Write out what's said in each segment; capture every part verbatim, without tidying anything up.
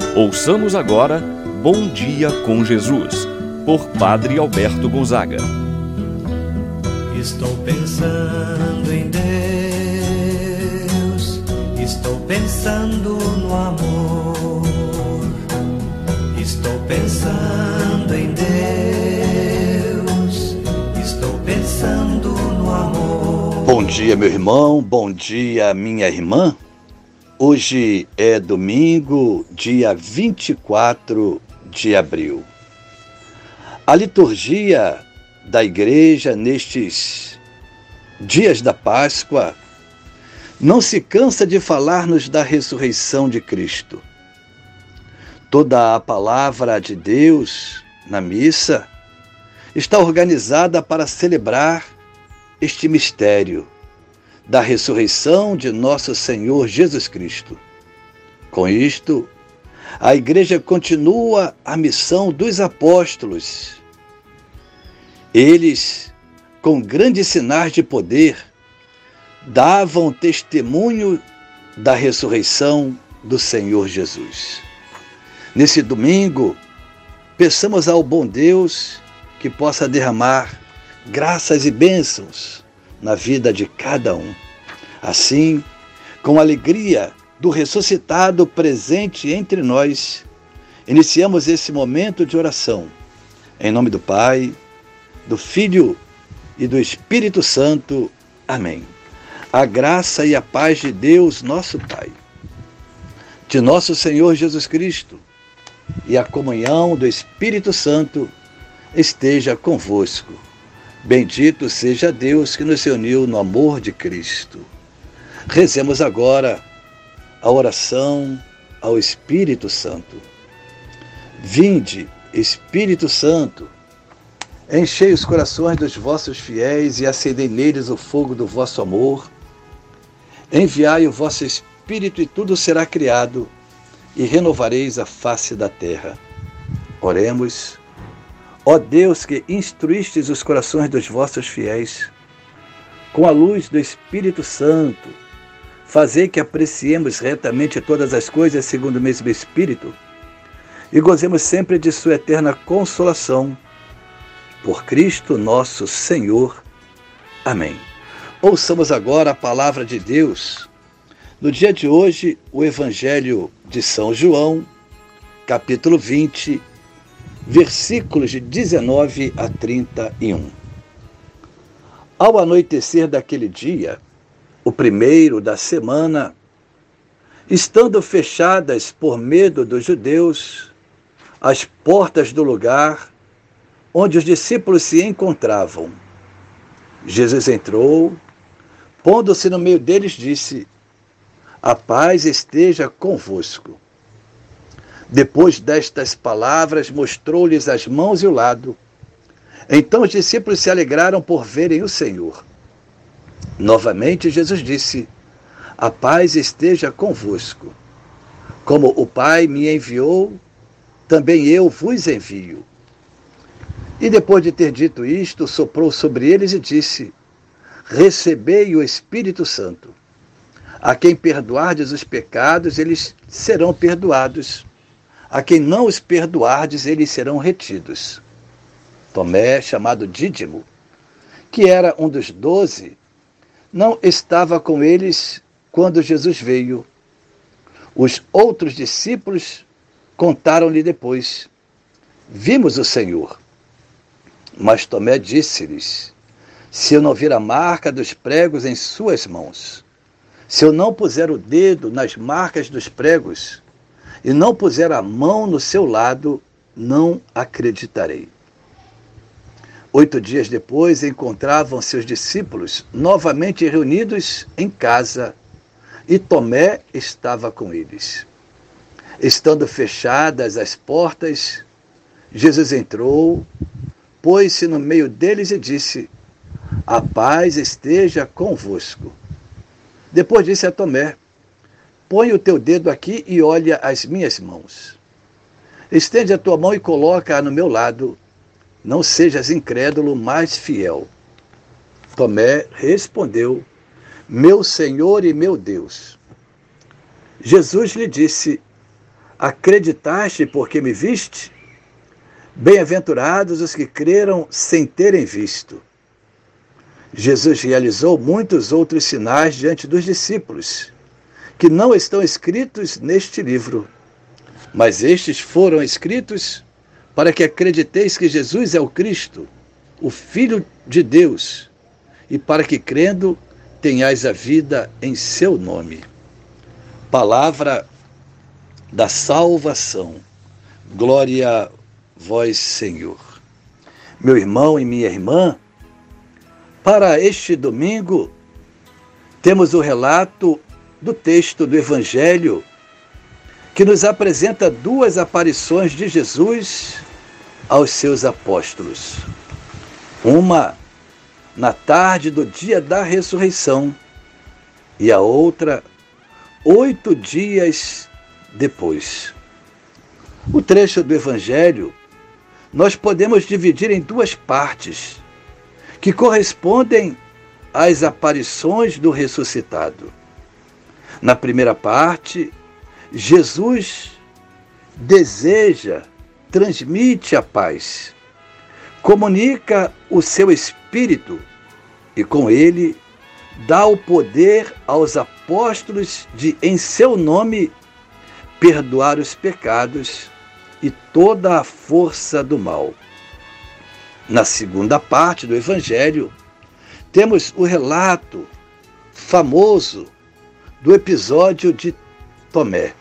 Ouçamos agora Bom Dia com Jesus, por Padre Alberto Gonzaga. Estou pensando em Deus, estou pensando no amor, estou pensando em Deus, estou pensando no amor. Bom dia, meu irmão, bom dia, minha irmã. Hoje é domingo, dia vinte e quatro de abril. A liturgia da igreja nestes dias da Páscoa não se cansa de falar-nos da ressurreição de Cristo. Toda a palavra de Deus na missa está organizada para celebrar este mistério da ressurreição de nosso Senhor Jesus Cristo. Com isto, a igreja continua a missão dos apóstolos. Eles, com grandes sinais de poder, davam testemunho da ressurreição do Senhor Jesus. Nesse domingo, peçamos ao bom Deus que possa derramar graças e bênçãos na vida de cada um. Assim, com a alegria do ressuscitado presente entre nós, iniciamos esse momento de oração. Em nome do Pai, do Filho e do Espírito Santo. Amém. A graça e a paz de Deus, nosso Pai, de nosso Senhor Jesus Cristo e a comunhão do Espírito Santo esteja convosco. Bendito seja Deus que nos uniu no amor de Cristo. Rezemos agora a oração ao Espírito Santo. Vinde, Espírito Santo, enchei os corações dos vossos fiéis e acendei neles o fogo do vosso amor. Enviai o vosso Espírito e tudo será criado, e renovareis a face da terra. Oremos. Ó Deus, que instruístes os corações dos vossos fiéis, com a luz do Espírito Santo, fazei que apreciemos retamente todas as coisas segundo o mesmo Espírito e gozemos sempre de sua eterna consolação. Por Cristo nosso Senhor. Amém. Ouçamos agora a palavra de Deus. No dia de hoje, o Evangelho de São João, capítulo vinte, versículos de dezenove a trinta e um. Ao anoitecer daquele dia, o primeiro da semana, estando fechadas por medo dos judeus as portas do lugar onde os discípulos se encontravam, Jesus entrou, pondo-se no meio deles, disse: a paz esteja convosco. Depois destas palavras, mostrou-lhes as mãos e o lado. Então os discípulos se alegraram por verem o Senhor. Novamente Jesus disse: a paz esteja convosco. Como o Pai me enviou, também eu vos envio. E depois de ter dito isto, soprou sobre eles e disse: recebei o Espírito Santo. A quem perdoardes os pecados, eles serão perdoados. A quem não os perdoardes, eles serão retidos. Tomé, chamado Dídimo, que era um dos doze, não estava com eles quando Jesus veio. Os outros discípulos contaram-lhe depois: vimos o Senhor. Mas Tomé disse-lhes: se eu não vir a marca dos pregos em suas mãos, se eu não puser o dedo nas marcas dos pregos, e não puser a mão no seu lado, não acreditarei. Oito dias depois, encontravam seus discípulos novamente reunidos em casa, e Tomé estava com eles. Estando fechadas as portas, Jesus entrou, pôs-se no meio deles e disse: a paz esteja convosco. Depois disse a Tomé: põe o teu dedo aqui e olha as minhas mãos. Estende a tua mão e coloca-a no meu lado. Não sejas incrédulo, mas fiel. Tomé respondeu: meu Senhor e meu Deus. Jesus lhe disse: Acreditaste porque me viste? Bem-aventurados os que creram sem terem visto. Jesus realizou muitos outros sinais diante dos discípulos, que não estão escritos neste livro, mas estes foram escritos para que acrediteis que Jesus é o Cristo, o Filho de Deus, e para que, crendo, tenhais a vida em seu nome. Palavra da salvação. Glória a vós, Senhor. Meu irmão e minha irmã, para este domingo, temos o relato do texto do Evangelho que nos apresenta duas aparições de Jesus aos seus apóstolos. Uma na tarde do dia da ressurreição e a outra oito dias depois. O trecho do Evangelho nós podemos dividir em duas partes, que correspondem às aparições do ressuscitado. Na primeira parte, Jesus deseja, transmite a paz, comunica o seu Espírito e, com ele, dá o poder aos apóstolos de, em seu nome, perdoar os pecados e toda a força do mal. Na segunda parte do Evangelho, temos o relato famoso do episódio de Tomé.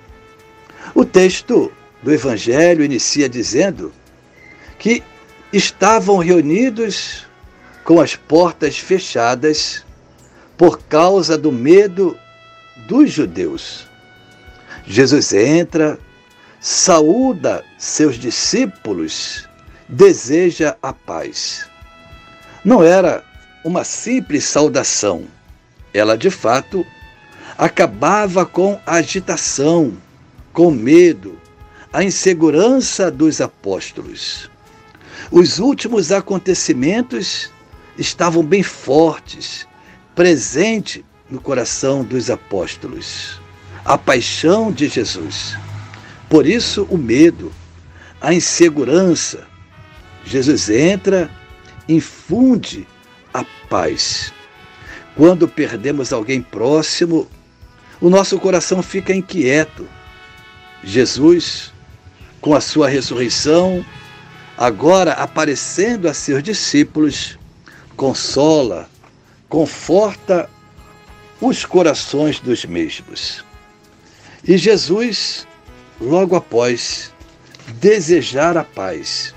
O texto do Evangelho inicia dizendo que estavam reunidos com as portas fechadas por causa do medo dos judeus. Jesus entra, saúda seus discípulos, deseja a paz. Não era uma simples saudação. Ela, de fato, acabava com a agitação, com medo, a insegurança dos apóstolos. Os últimos acontecimentos estavam bem fortes, presentes no coração dos apóstolos. A paixão de Jesus. Por isso, o medo, a insegurança. Jesus entra, infunde a paz. Quando perdemos alguém próximo, o nosso coração fica inquieto. Jesus, com a sua ressurreição, agora aparecendo a seus discípulos, consola, conforta os corações dos mesmos. E Jesus, logo após desejar a paz,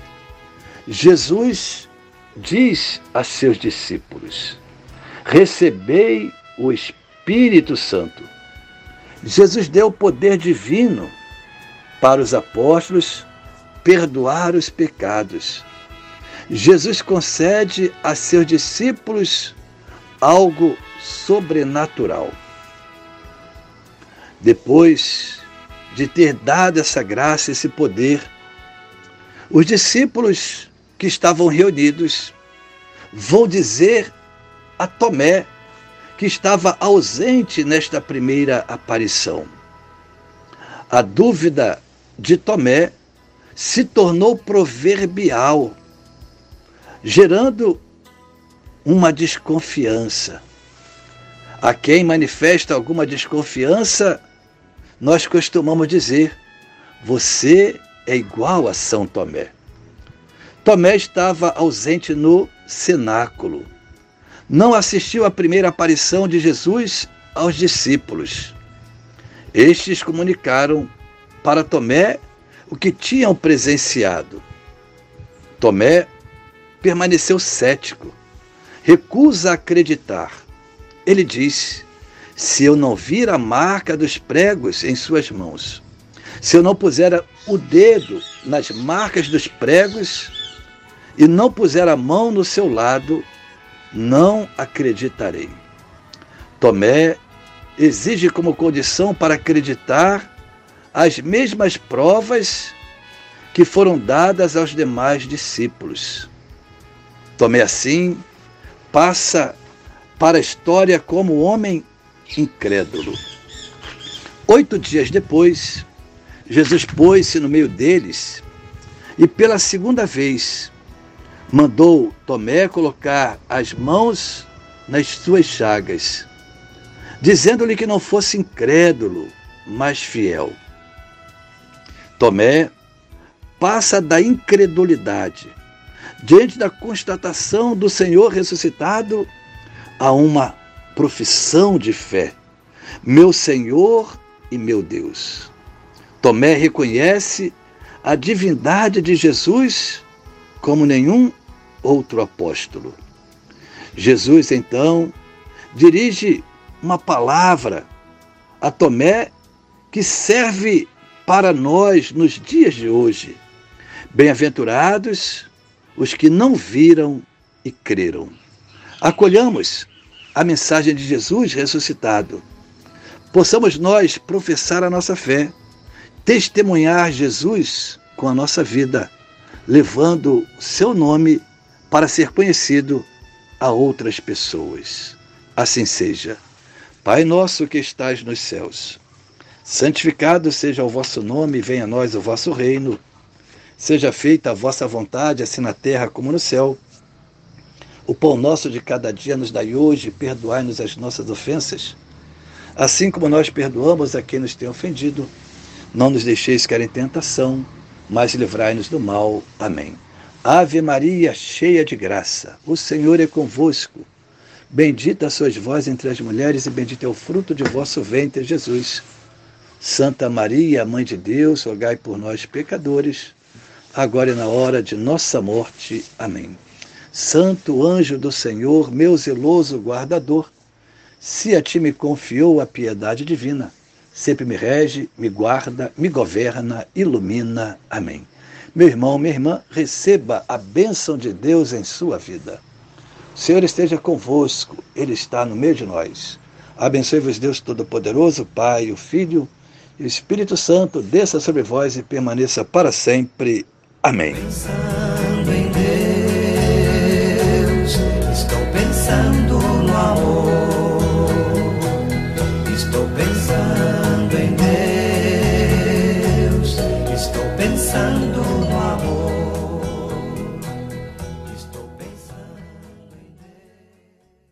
Jesus diz a seus discípulos: recebei o Espírito Santo. Jesus deu o poder divino para os apóstolos perdoar os pecados. Jesus concede a seus discípulos algo sobrenatural. Depois de ter dado essa graça, esse poder, os discípulos que estavam reunidos vão dizer a Tomé, que estava ausente nesta primeira aparição. A dúvida de Tomé se tornou proverbial, gerando uma desconfiança. A quem manifesta alguma desconfiança, nós costumamos dizer: você é igual a São Tomé. Tomé estava ausente no cenáculo. Não assistiu à primeira aparição de Jesus aos discípulos. Estes comunicaram para Tomé o que tinham presenciado. Tomé permaneceu cético, recusa acreditar. Ele diz: se eu não vir a marca dos pregos em suas mãos, se eu não puser o dedo nas marcas dos pregos e não puser a mão no seu lado, não acreditarei. Tomé exige como condição para acreditar as mesmas provas que foram dadas aos demais discípulos. Tomé, assim, passa para a história como homem incrédulo. Oito dias depois, Jesus pôs-se no meio deles e pela segunda vez mandou Tomé colocar as mãos nas suas chagas, dizendo-lhe que não fosse incrédulo, mas fiel. Tomé passa da incredulidade diante da constatação do Senhor ressuscitado a uma profissão de fé. Meu Senhor e meu Deus. Tomé reconhece a divindade de Jesus como nenhum outro apóstolo. Jesus, então, dirige uma palavra a Tomé que serve para nós nos dias de hoje. Bem-aventurados os que não viram e creram. Acolhamos a mensagem de Jesus ressuscitado. Possamos nós professar a nossa fé, testemunhar Jesus com a nossa vida, levando seu nome para ser conhecido a outras pessoas. Assim seja. Pai nosso que estais nos céus, santificado seja o vosso nome, venha a nós o vosso reino. Seja feita a vossa vontade, assim na terra como no céu. O pão nosso de cada dia nos dai hoje, perdoai-nos as nossas ofensas, assim como nós perdoamos a quem nos tem ofendido. Não nos deixeis cair em tentação, mas livrai-nos do mal. Amém. Ave Maria, cheia de graça, o Senhor é convosco. Bendita sois vós entre as mulheres e bendito é o fruto de vosso ventre, Jesus. Santa Maria, Mãe de Deus, rogai por nós, pecadores, agora e na hora de nossa morte. Amém. Santo anjo do Senhor, meu zeloso guardador, se a ti me confiou a piedade divina, sempre me rege, me guarda, me governa, ilumina. Amém. Meu irmão, minha irmã, receba a bênção de Deus em sua vida. O Senhor esteja convosco, Ele está no meio de nós. Abençoe-vos Deus Todo-Poderoso, Pai, o Filho e o Espírito Santo, desça sobre vós e permaneça para sempre. Amém.